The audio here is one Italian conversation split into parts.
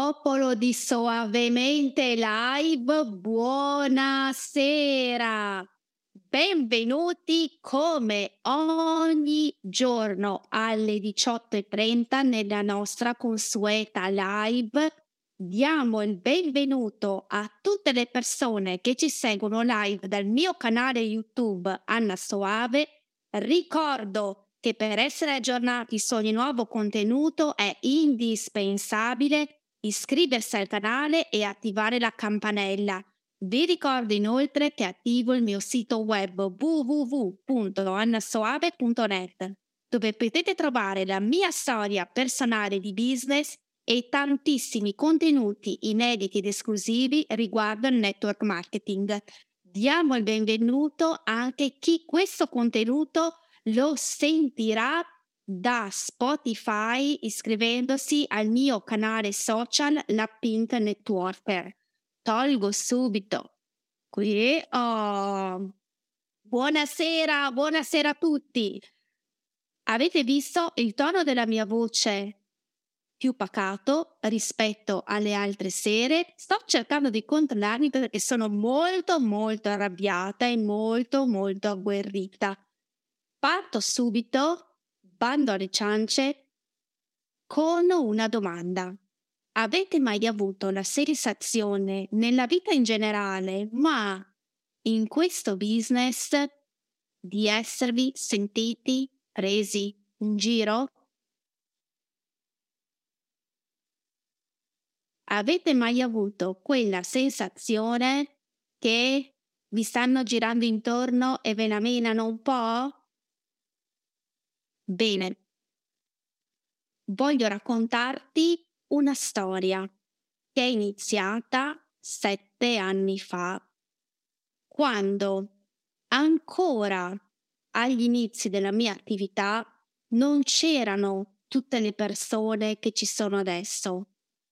Popolo di Soavemente Live, buonasera! Benvenuti come ogni giorno alle 18:30 nella nostra consueta live. Diamo il benvenuto a tutte le persone che ci seguono live dal mio canale YouTube Anna Soave. Ricordo che per essere aggiornati su ogni nuovo contenuto è indispensabile iscriversi al canale e attivare la campanella. Vi ricordo inoltre che attivo il mio sito web www.annasoave.net, dove potete trovare la mia storia personale di business e tantissimi contenuti inediti ed esclusivi riguardo il network marketing. Diamo il benvenuto anche a chi questo contenuto lo sentirà da Spotify iscrivendosi al mio canale social La Pink Networker. Tolgo subito qui. Buonasera a tutti. Avete visto il tono della mia voce più pacato rispetto alle altre sere? Sto cercando di controllarmi perché sono molto arrabbiata e molto agguerrita. Parto subito, bando alle ciance, con una domanda. Avete mai avuto la sensazione nella vita in generale, ma in questo business, di esservi sentiti presi in giro? Avete mai avuto quella sensazione che vi stanno girando intorno e ve la menano un po'? Bene, voglio raccontarti una storia che è iniziata 7 anni fa, quando ancora agli inizi della mia attività non c'erano tutte le persone che ci sono adesso.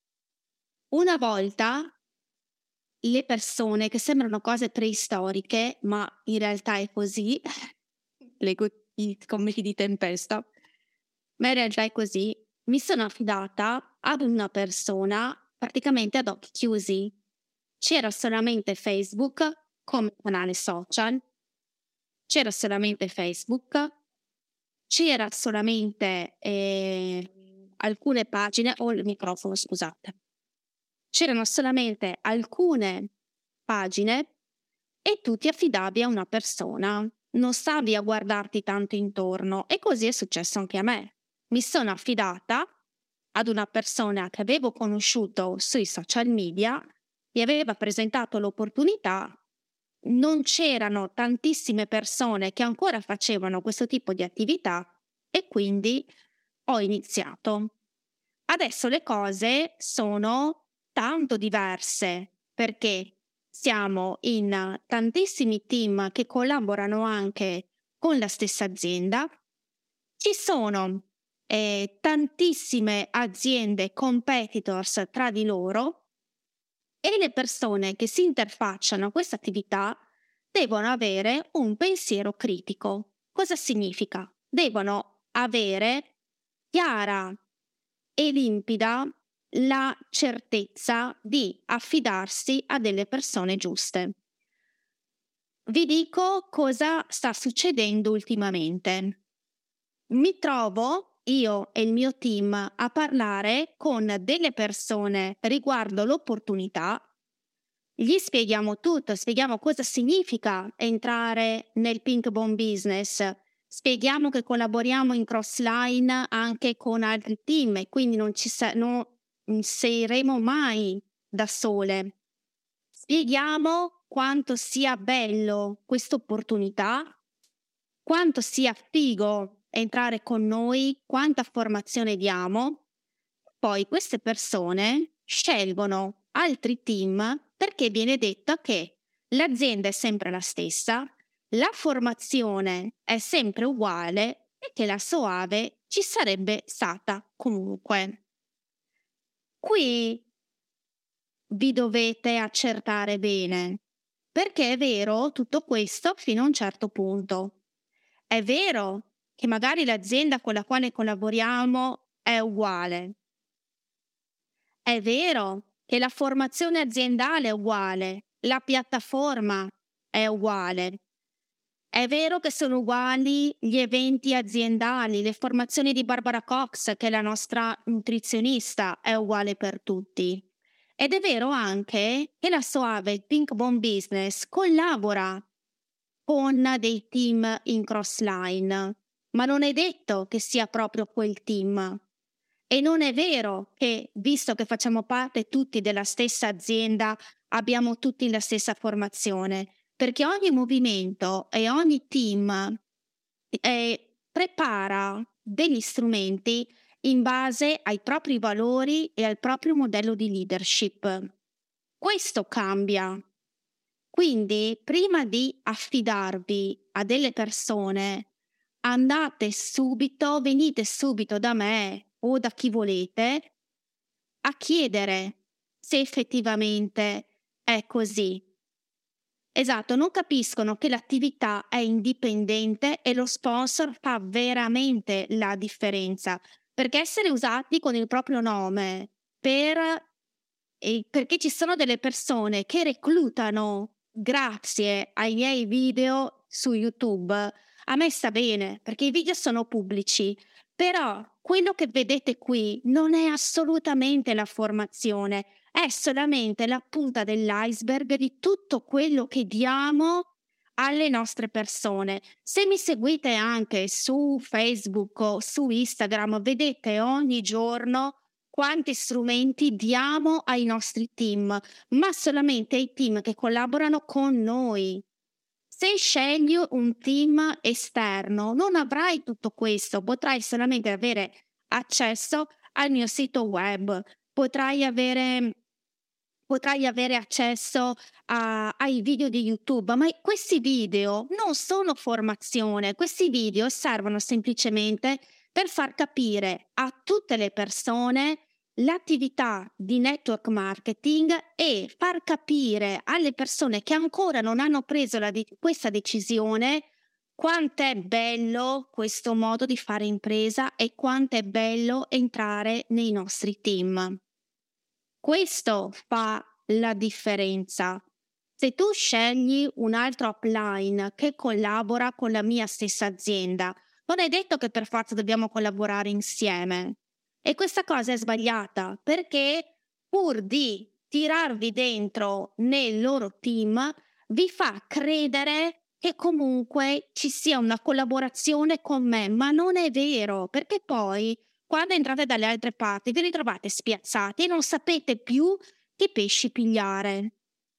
Una volta le persone, che sembrano cose preistoriche, ma in realtà è così, leggo i commenti di tempesta, ma in realtà è così, mi sono affidata ad una persona praticamente ad occhi chiusi. C'era solamente Facebook come canale social, c'era solamente Facebook, c'era solamente alcune pagine, il microfono, scusate. C'erano solamente alcune pagine e tu ti affidavi a una persona, non stavi a guardarti tanto intorno, e così è successo anche a me. Mi sono affidata ad una persona che avevo conosciuto sui social media, mi aveva presentato l'opportunità, non c'erano tantissime persone che ancora facevano questo tipo di attività e quindi ho iniziato. Adesso le cose sono tanto diverse perché siamo in tantissimi team che collaborano anche con la stessa azienda. Ci sono tantissime aziende competitors tra di loro e le persone che si interfacciano a questa attività devono avere un pensiero critico. Cosa significa? Devono avere chiara e limpida la certezza di affidarsi a delle persone giuste. Vi dico cosa sta succedendo ultimamente. Mi trovo, io e il mio team, a parlare con delle persone riguardo l'opportunità. Gli spieghiamo tutto, spieghiamo cosa significa entrare nel Pink Bomb Business, spieghiamo che collaboriamo in cross-line anche con altri team e quindi non inseriremo mai da sole. Spieghiamo quanto sia bello questa opportunità, quanto sia figo entrare con noi, quanta formazione diamo. Poi queste persone scelgono altri team perché viene detto che l'azienda è sempre la stessa, la formazione è sempre uguale e che la Soave ci sarebbe stata comunque. Qui vi dovete accertare bene, perché è vero tutto questo fino a un certo punto. È vero che magari l'azienda con la quale collaboriamo è uguale. È vero che la formazione aziendale è uguale, la piattaforma è uguale. È vero che sono uguali gli eventi aziendali, le formazioni di Barbara Cox, che è la nostra nutrizionista, è uguale per tutti. Ed è vero anche che la Soave Pink Bone Business collabora con dei team in crossline, ma non è detto che sia proprio quel team. E non è vero che, visto che facciamo parte tutti della stessa azienda, abbiamo tutti la stessa formazione, perché ogni movimento e ogni team prepara degli strumenti in base ai propri valori e al proprio modello di leadership. Questo cambia. Quindi, prima di affidarvi a delle persone, venite subito da me o da chi volete a chiedere se effettivamente è così. Esatto, non capiscono che l'attività è indipendente e lo sponsor fa veramente la differenza, perché essere usati con il proprio nome perché ci sono delle persone che reclutano grazie ai miei video su YouTube, a me sta bene, perché i video sono pubblici, però quello che vedete qui non è assolutamente la formazione, è solamente la punta dell'iceberg di tutto quello che diamo alle nostre persone. Se mi seguite anche su Facebook o su Instagram, vedete ogni giorno quanti strumenti diamo ai nostri team, ma solamente ai team che collaborano con noi. Se scegli un team esterno, non avrai tutto questo, potrai solamente avere accesso al mio sito web, potrai avere accesso ai video di YouTube, ma questi video non sono formazione, questi video servono semplicemente per far capire a tutte le persone l'attività di network marketing e far capire alle persone che ancora non hanno preso questa decisione quanto è bello questo modo di fare impresa e quanto è bello entrare nei nostri team. Questo fa la differenza. Se tu scegli un altro upline che collabora con la mia stessa azienda, non è detto che per forza dobbiamo collaborare insieme. E questa cosa è sbagliata perché pur di tirarvi dentro nel loro team, vi fa credere che comunque ci sia una collaborazione con me, ma non è vero, perché poi quando entrate dalle altre parti vi ritrovate spiazzati e non sapete più che pesci pigliare.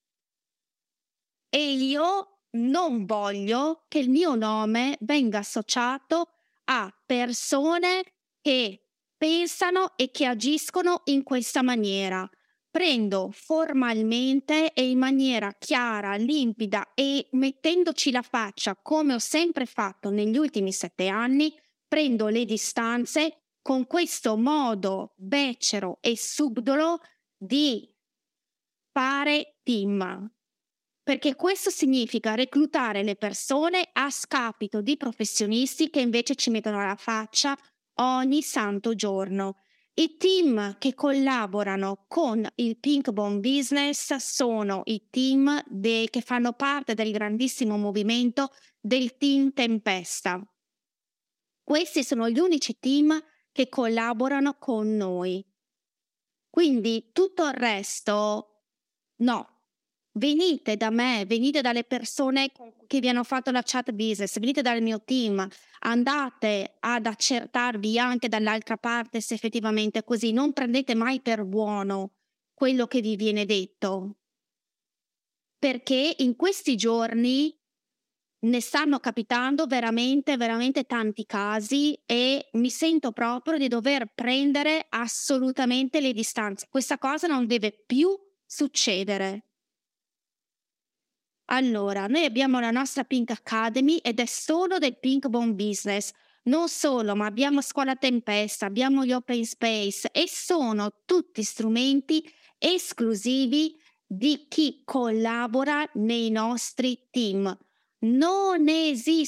E io non voglio che il mio nome venga associato a persone che pensano e che agiscono in questa maniera. Prendo formalmente e in maniera chiara, limpida e mettendoci la faccia come ho sempre fatto negli ultimi 7 anni, prendo le distanze con questo modo becero e subdolo di fare team. Perché questo significa reclutare le persone a scapito di professionisti che invece ci mettono la faccia ogni santo giorno. I team che collaborano con il Pink Bone Business sono i team che fanno parte del grandissimo movimento del Team Tempesta. Questi sono gli unici team che collaborano con noi. Quindi tutto il resto no. Venite da me, venite dalle persone che vi hanno fatto la chat business, venite dal mio team, andate ad accertarvi anche dall'altra parte se effettivamente è così, non prendete mai per buono quello che vi viene detto, perché in questi giorni ne stanno capitando veramente, veramente tanti casi e mi sento proprio di dover prendere assolutamente le distanze. Questa cosa non deve più succedere. Allora, noi abbiamo la nostra Pink Academy ed è solo del Pink Bone Business. Non solo, ma abbiamo Scuola Tempesta, abbiamo gli Open Space e sono tutti strumenti esclusivi di chi collabora nei nostri team.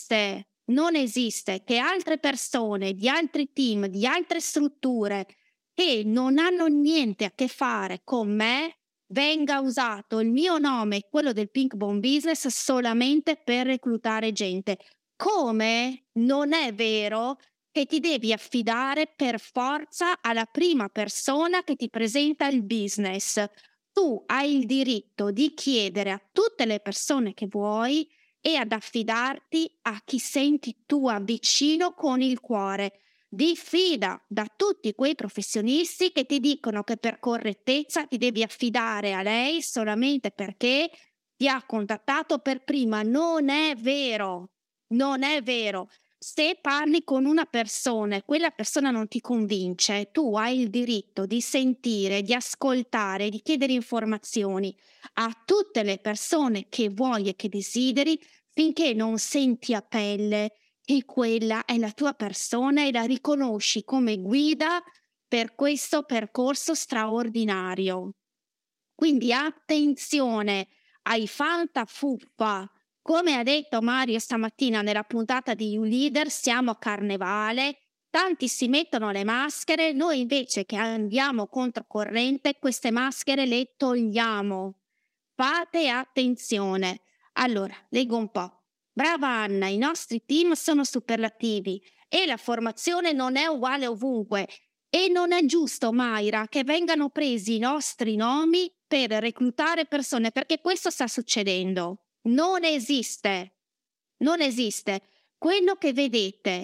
Non esiste che altre persone di altri team, di altre strutture che non hanno niente a che fare con me, venga usato il mio nome e quello del Pink Bomb Business solamente per reclutare gente. Come non è vero che ti devi affidare per forza alla prima persona che ti presenta il business. Tu hai il diritto di chiedere a tutte le persone che vuoi e ad affidarti a chi senti tu vicino con il cuore. Diffida da tutti quei professionisti che ti dicono che per correttezza ti devi affidare a lei solamente perché ti ha contattato per prima. Non è vero, non è vero. Se parli con una persona e quella persona non ti convince, tu hai il diritto di sentire, di ascoltare, di chiedere informazioni a tutte le persone che vuoi e che desideri finché non senti a pelle che quella è la tua persona e la riconosci come guida per questo percorso straordinario. Quindi attenzione ai fantafuffa. Come ha detto Mario stamattina nella puntata di You Leader, siamo a carnevale, tanti si mettono le maschere, noi invece che andiamo controcorrente, queste maschere le togliamo. Fate attenzione. Allora, leggo un po'. Brava Anna, i nostri team sono superlativi e la formazione non è uguale ovunque. E non è giusto, Mayra, che vengano presi i nostri nomi per reclutare persone, perché questo sta succedendo. Non esiste. Non esiste. Quello che vedete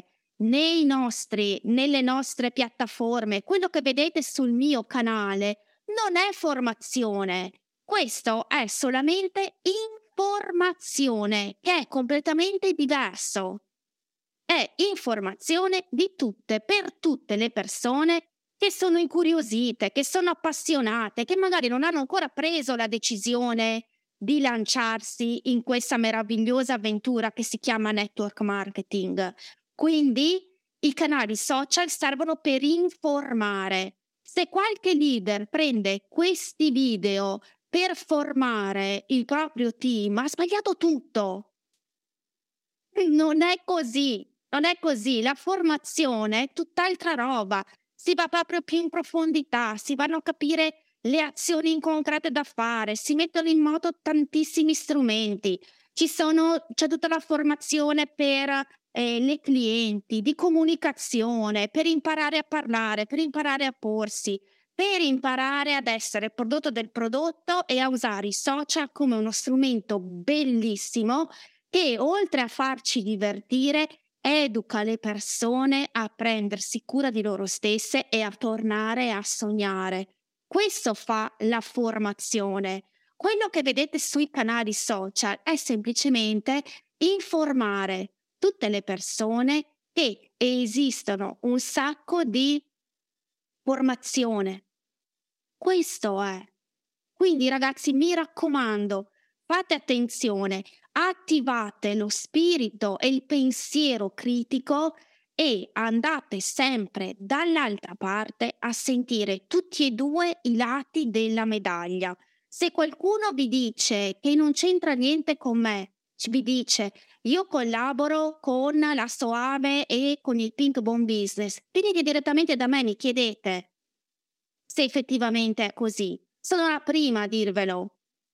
nelle nostre piattaforme, quello che vedete sul mio canale, non è formazione. Questo è solamente informazione, che è completamente diverso. È informazione di tutte, per tutte le persone che sono incuriosite, che sono appassionate, che magari non hanno ancora preso la decisione di lanciarsi in questa meravigliosa avventura che si chiama network marketing. Quindi i canali social servono per informare. Se qualche leader prende questi video per formare il proprio team, ha sbagliato tutto. Non è così, non è così. La formazione è tutt'altra roba. Si va proprio più in profondità, si vanno a capire le azioni concrete da fare, si mettono in moto tantissimi strumenti. C'è tutta la formazione per le clienti, di comunicazione, per imparare a parlare, per imparare a porsi, per imparare ad essere prodotto del prodotto e a usare i social come uno strumento bellissimo che oltre a farci divertire, educa le persone a prendersi cura di loro stesse e a tornare a sognare. Questo fa la formazione. Quello che vedete sui canali social è semplicemente informare tutte le persone che esistono un sacco di formazione. Questo è. Quindi ragazzi, mi raccomando, fate attenzione, attivate lo spirito e il pensiero critico e andate sempre dall'altra parte a sentire tutti e due i lati della medaglia. Se qualcuno vi dice che non c'entra niente con me, vi dice io collaboro con la Soave e con il Pink Bomb Business, venite direttamente da me, mi chiedete se effettivamente è così. Sono la prima a dirvelo.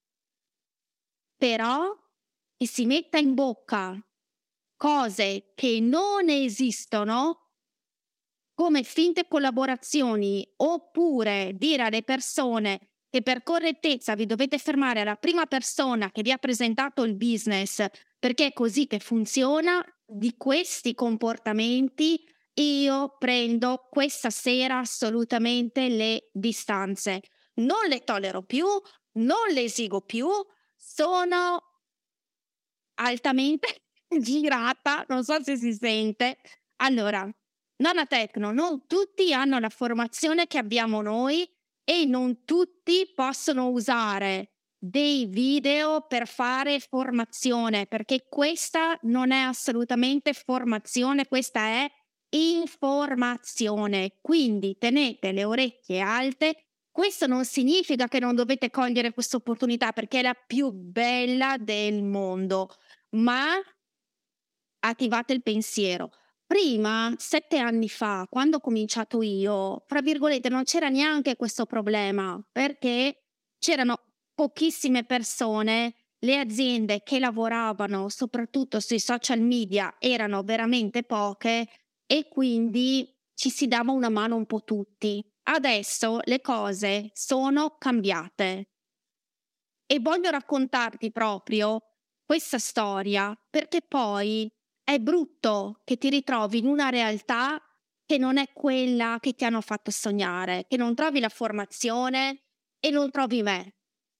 Però che si metta in bocca cose che non esistono come finte collaborazioni, oppure dire alle persone che per correttezza vi dovete fermare alla prima persona che vi ha presentato il business, perché è così che funziona, di questi comportamenti io prendo questa sera assolutamente le distanze. Non le tollero più, non le esigo più, sono altamente girata, non so se si sente. Allora, Nana Tecno, non tutti hanno la formazione che abbiamo noi e non tutti possono usare dei video per fare formazione, perché questa non è assolutamente formazione, questa è informazione. Quindi tenete le orecchie alte. Questo non significa che non dovete cogliere questa opportunità perché è la più bella del mondo, ma attivate il pensiero. Prima, 7 anni fa, quando ho cominciato io, fra virgolette, non c'era neanche questo problema, perché c'erano pochissime persone, le aziende che lavoravano soprattutto sui social media erano veramente poche e quindi ci si dava una mano un po' tutti. Adesso le cose sono cambiate e voglio raccontarti proprio questa storia perché poi è brutto che ti ritrovi in una realtà che non è quella che ti hanno fatto sognare, che non trovi la formazione e non trovi me.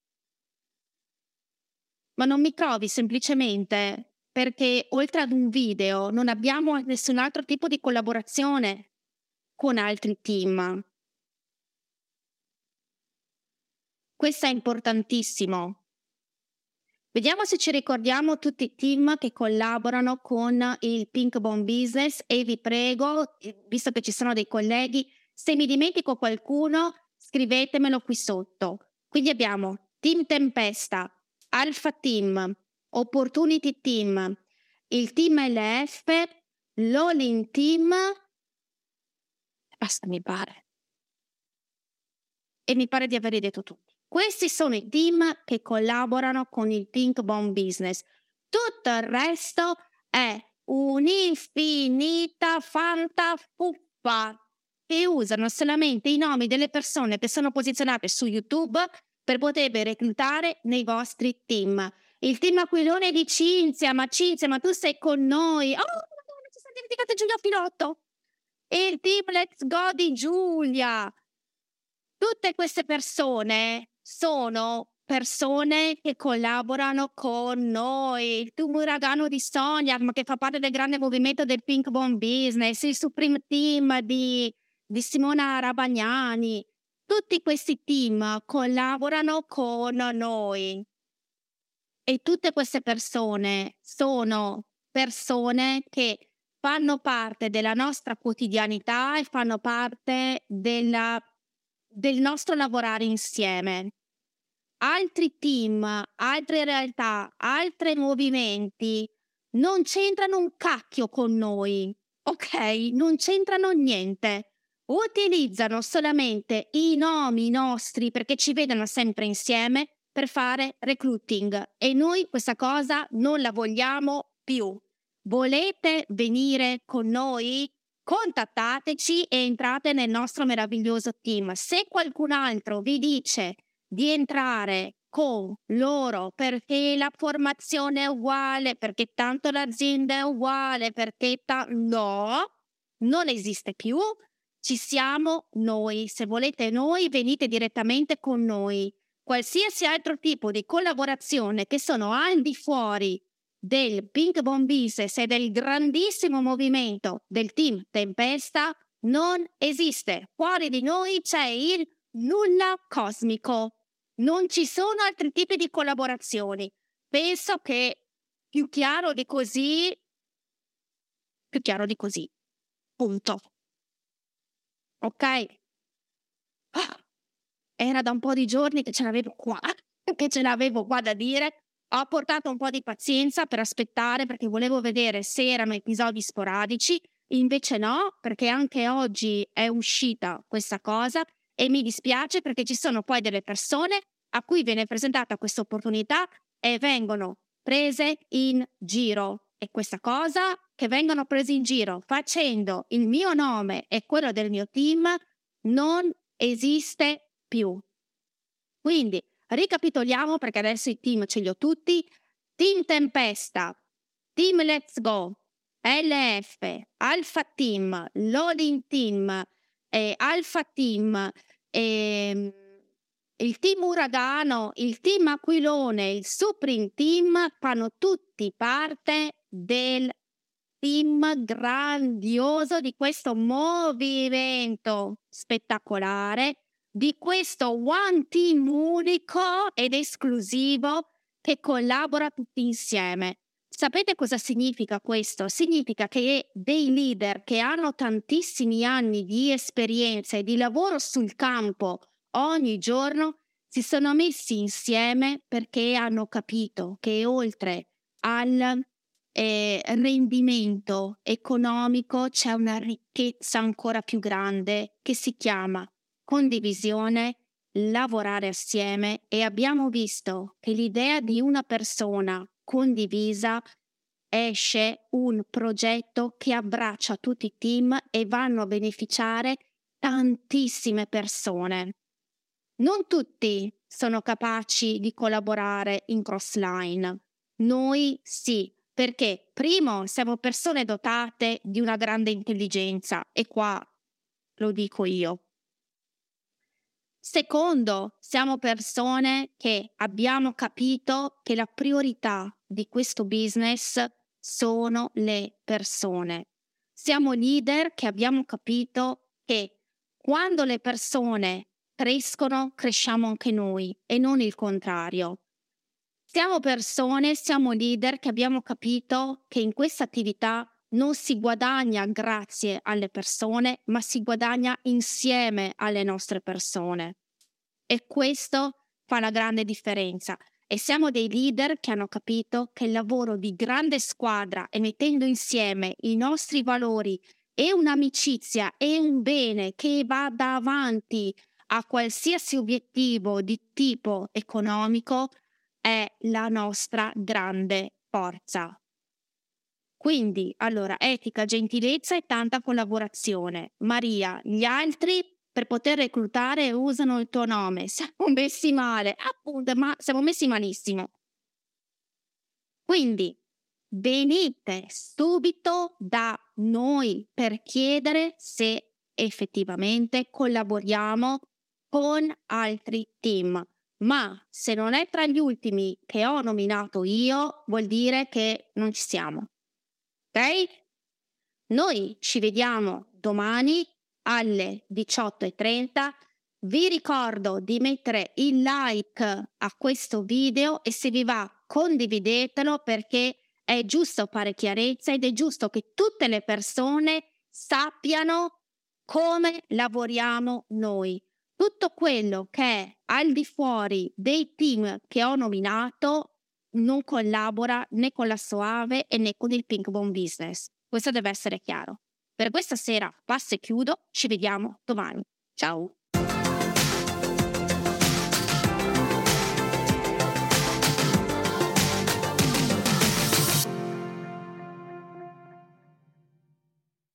Ma non mi trovi semplicemente perché oltre ad un video non abbiamo nessun altro tipo di collaborazione con altri team. Questo è importantissimo. Vediamo se ci ricordiamo tutti i team che collaborano con il Pink Bone Business e vi prego, visto che ci sono dei colleghi, se mi dimentico qualcuno, scrivetemelo qui sotto. Quindi abbiamo Team Tempesta, Alpha Team, Opportunity Team, il Team LF, l'All-in Team, basta mi pare, e mi pare di averli detto tutti. Questi sono i team che collaborano con il Pink Bone Business. Tutto il resto è un'infinita fantafuffa che usano solamente i nomi delle persone che sono posizionate su YouTube per potervi reclutare nei vostri team. Il team Aquilone di Cinzia, ma tu sei con noi. Oh, Madonna, ci siamo dimenticate Giulia Pilotto. E il team Let's Go di Giulia. Tutte queste persone sono persone che collaborano con noi. Il Team Uragano di Sonia, ma che fa parte del grande movimento del Pink Bone Business, il Supreme Team di Simona Arabagnani. Tutti questi team collaborano con noi e tutte queste persone sono persone che fanno parte della nostra quotidianità e fanno parte del nostro lavorare insieme. Altri team, altre realtà, altri movimenti non c'entrano un cacchio con noi, ok? Non c'entrano niente. Utilizzano solamente i nomi nostri perché ci vedono sempre insieme per fare recruiting e noi questa cosa non la vogliamo più. Volete venire con noi? Contattateci e entrate nel nostro meraviglioso team. Se qualcun altro vi dice di entrare con loro perché la formazione è uguale, perché tanto l'azienda è uguale, no, non esiste più. Ci siamo noi. Se volete noi, venite direttamente con noi. Qualsiasi altro tipo di collaborazione che sono al di fuori del Pink Bone Business e del grandissimo movimento del team Tempesta non esiste. Fuori di noi c'è il nulla cosmico. Non ci sono altri tipi di collaborazioni. Penso che più chiaro di così, punto. Ok? Ah, era da un po' di giorni che ce l'avevo qua, che ce l'avevo qua da dire. Ho portato un po' di pazienza per aspettare perché volevo vedere se erano episodi sporadici. Invece no, perché anche oggi è uscita questa cosa e mi dispiace perché ci sono poi delle persone a cui viene presentata questa opportunità e vengono prese in giro. E questa cosa che vengono prese in giro facendo il mio nome e quello del mio team non esiste più. Quindi ricapitoliamo perché adesso i team ce li ho tutti. Team Tempesta, Team Let's Go, LF, Alpha Team, Loading Team, Alpha Team, il Team Uragano, il Team Aquilone, il Supreme Team fanno tutti parte del team grandioso di questo movimento spettacolare, di questo one team unico ed esclusivo che collabora tutti insieme. Sapete cosa significa questo? Significa che dei leader che hanno tantissimi anni di esperienza e di lavoro sul campo ogni giorno si sono messi insieme perché hanno capito che oltre al rendimento economico c'è una ricchezza ancora più grande che si chiama condivisione, lavorare assieme, e abbiamo visto che l'idea di una persona condivisa esce un progetto che abbraccia tutti i team e vanno a beneficiare tantissime persone. Non tutti sono capaci di collaborare in cross-line. Noi sì, perché primo siamo persone dotate di una grande intelligenza e qua lo dico io. Secondo, siamo persone che abbiamo capito che la priorità di questo business sono le persone. Siamo leader che abbiamo capito che quando le persone crescono, cresciamo anche noi e non il contrario. Siamo leader che abbiamo capito che in questa attività non si guadagna grazie alle persone, ma si guadagna insieme alle nostre persone. E questo fa la grande differenza. E siamo dei leader che hanno capito che il lavoro di grande squadra e mettendo insieme i nostri valori e un'amicizia e un bene che vada avanti a qualsiasi obiettivo di tipo economico è la nostra grande forza. Quindi, allora, etica, gentilezza e tanta collaborazione. Maria, gli altri per poter reclutare usano il tuo nome. Siamo messi male, appunto, ma siamo messi malissimo. Quindi, venite subito da noi per chiedere se effettivamente collaboriamo con altri team. Ma se non è tra gli ultimi che ho nominato io, vuol dire che non ci siamo. Ok? Noi ci vediamo domani alle 18:30. Vi ricordo di mettere il like a questo video e se vi va condividetelo perché è giusto fare chiarezza ed è giusto che tutte le persone sappiano come lavoriamo noi. Tutto quello che è al di fuori dei team che ho nominato non collabora né con la Soave e né con il Pink Bone Business. Questo deve essere chiaro. Per questa sera passo e chiudo, ci vediamo domani. Ciao!